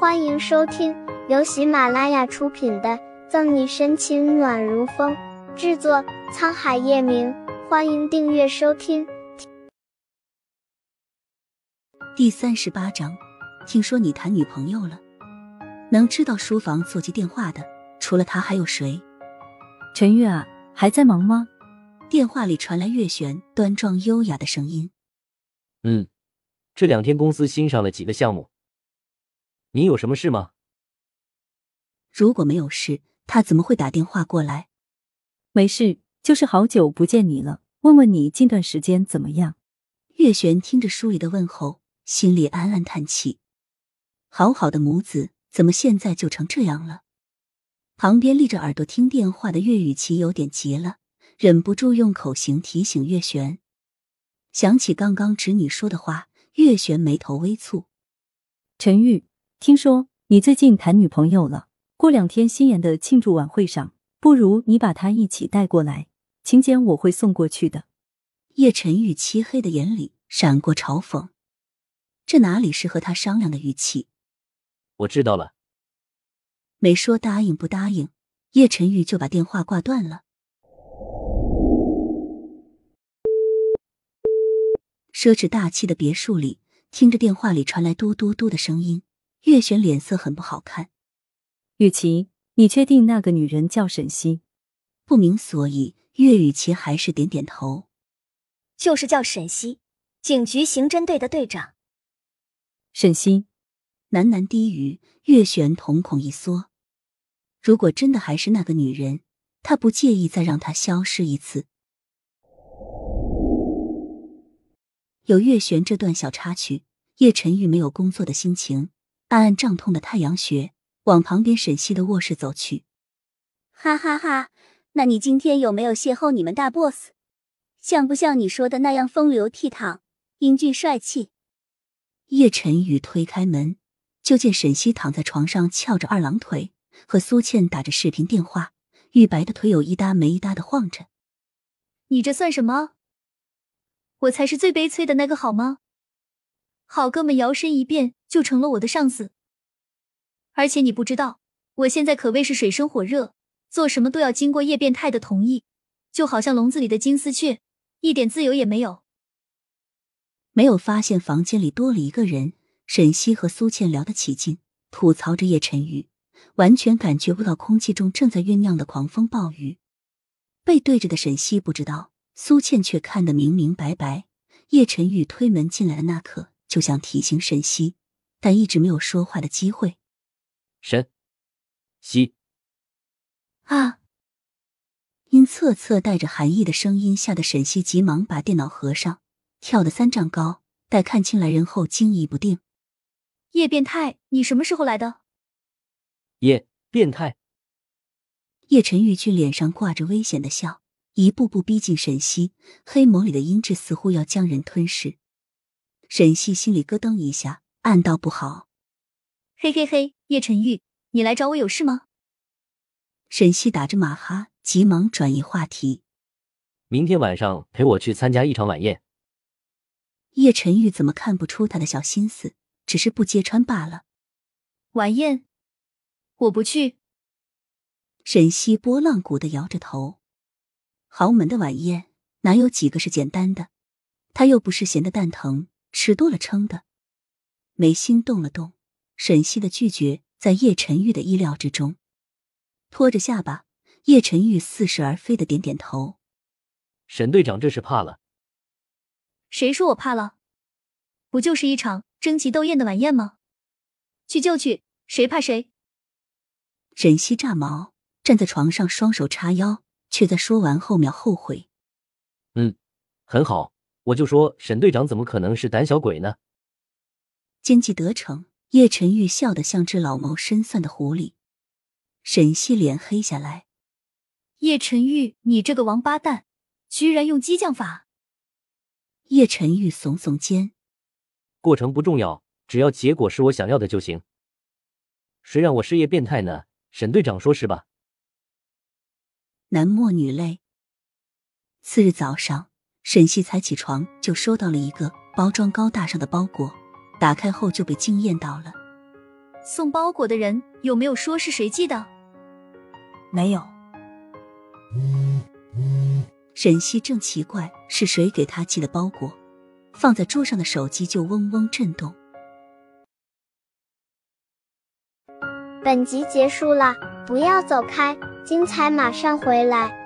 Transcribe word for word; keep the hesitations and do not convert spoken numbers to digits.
欢迎收听由喜马拉雅出品的《赠你深情暖如风》，制作沧海夜明。欢迎订阅收听。 第三十八章，听说你谈女朋友了？能知道书房座机电话的，除了他还有谁？ 陈月啊，还在忙吗？ 电话里传来月璇端庄优雅的声音。 嗯，这两天公司新上了几个项目。你有什么事吗？ 如果没有事，他怎么会打电话过来？ 没事，就是好久不见你了，问问你近段时间怎么样。 月璇听着书里的问候，心里暗暗叹气。好好的母子，怎么现在就成这样了？旁边立着耳朵听电话的岳雨琪有点急了，忍不住用口型提醒月璇。想起刚刚侄女说的话，月璇眉头微蹙。 陈玉，听说你最近谈女朋友了，过两天新妍的庆祝晚会上，不如你把她一起带过来，请柬我会送过去的。 叶晨玉漆黑的眼里闪过嘲讽，这哪里是和他商量的语气？ 我知道了。 没说答应不答应，叶晨玉就把电话挂断了。奢侈大气的别墅里，听着电话里传来嘟嘟嘟的声音，月璇脸色很不好看。 雨琪，你确定那个女人叫沈西？ 不明所以，岳雨琪还是点点头。 就是叫沈西，警局刑侦队的队长。 沈西喃喃低语，月璇瞳孔一缩。如果真的还是那个女人，他不介意再让她消失一次。有月璇这段小插曲，叶晨玉没有工作的心情，暗暗胀痛的太阳穴往旁边沈西的卧室走去。 哈哈哈，那你今天有没有邂逅你们大 boss？ 像不像你说的那样风流倜傥、英俊帅气？ 叶晨玉推开门，就见沈西躺在床上翘着二郎腿，和苏倩打着视频电话，玉白的腿有一搭没一搭的晃着。 你这算什么？我才是最悲催的那个好吗？好哥们摇身一变就成了我的上司。而且你不知道，我现在可谓是水深火热，做什么都要经过叶变态的同意，就好像笼子里的金丝雀，一点自由也没有。 没有发现房间里多了一个人，沈西和苏倩聊得起劲，吐槽着叶晨玉，完全感觉不到空气中正在酝酿的狂风暴雨。背对着的沈西不知道，苏倩却看得明明白白。叶晨玉推门进来的那刻，就想提醒沈西，但一直没有说话的机会。 沈西啊！因侧侧带着寒意的声音吓得沈西急忙把电脑合上，跳得三丈高，待看清来人后惊疑不定。 叶变态，你什么时候来的？ 叶变态。 叶晨玉俊脸上挂着危险的笑，一步步逼近沈西，黑眸里的阴鸷似乎要将人吞噬。沈西心里咯噔一下，暗道不好。 嘿嘿嘿，叶晨玉，你来找我有事吗？ 沈西打着马哈，急忙转移话题。 明天晚上陪我去参加一场晚宴。 叶晨玉怎么看不出他的小心思，只是不揭穿罢了。 晚宴？我不去。 沈西波浪鼓地摇着头。豪门的晚宴哪有几个是简单的？他又不是闲的蛋疼，吃多了撑的。眉心动了动，沈西的拒绝在叶晨玉的意料之中。拖着下巴，叶晨玉似是而非的点点头。 沈队长这是怕了。 谁说我怕了？不就是一场争奇斗艳的晚宴吗？去就去，谁怕谁？ 沈西炸毛，站在床上双手叉腰，却在说完后秒后悔。 嗯，很好，我就说沈队长怎么可能是胆小鬼呢？ 奸计得逞，叶晨玉笑得像只老谋深算的狐狸。沈西脸黑下来。 叶晨玉，你这个王八蛋，居然用激将法！ 叶晨玉耸耸肩。 过程不重要，只要结果是我想要的就行。谁让我是叶变态呢？沈队长说是吧？ 男默女泪。次日早上，沈西才起床就收到了一个包装高大上的包裹，打开后就被惊艳到了。 送包裹的人有没有说是谁寄的？ 没有。 沈西正奇怪是谁给他寄的包裹，放在桌上的手机就嗡嗡震动。 本集结束了，不要走开，精彩马上回来。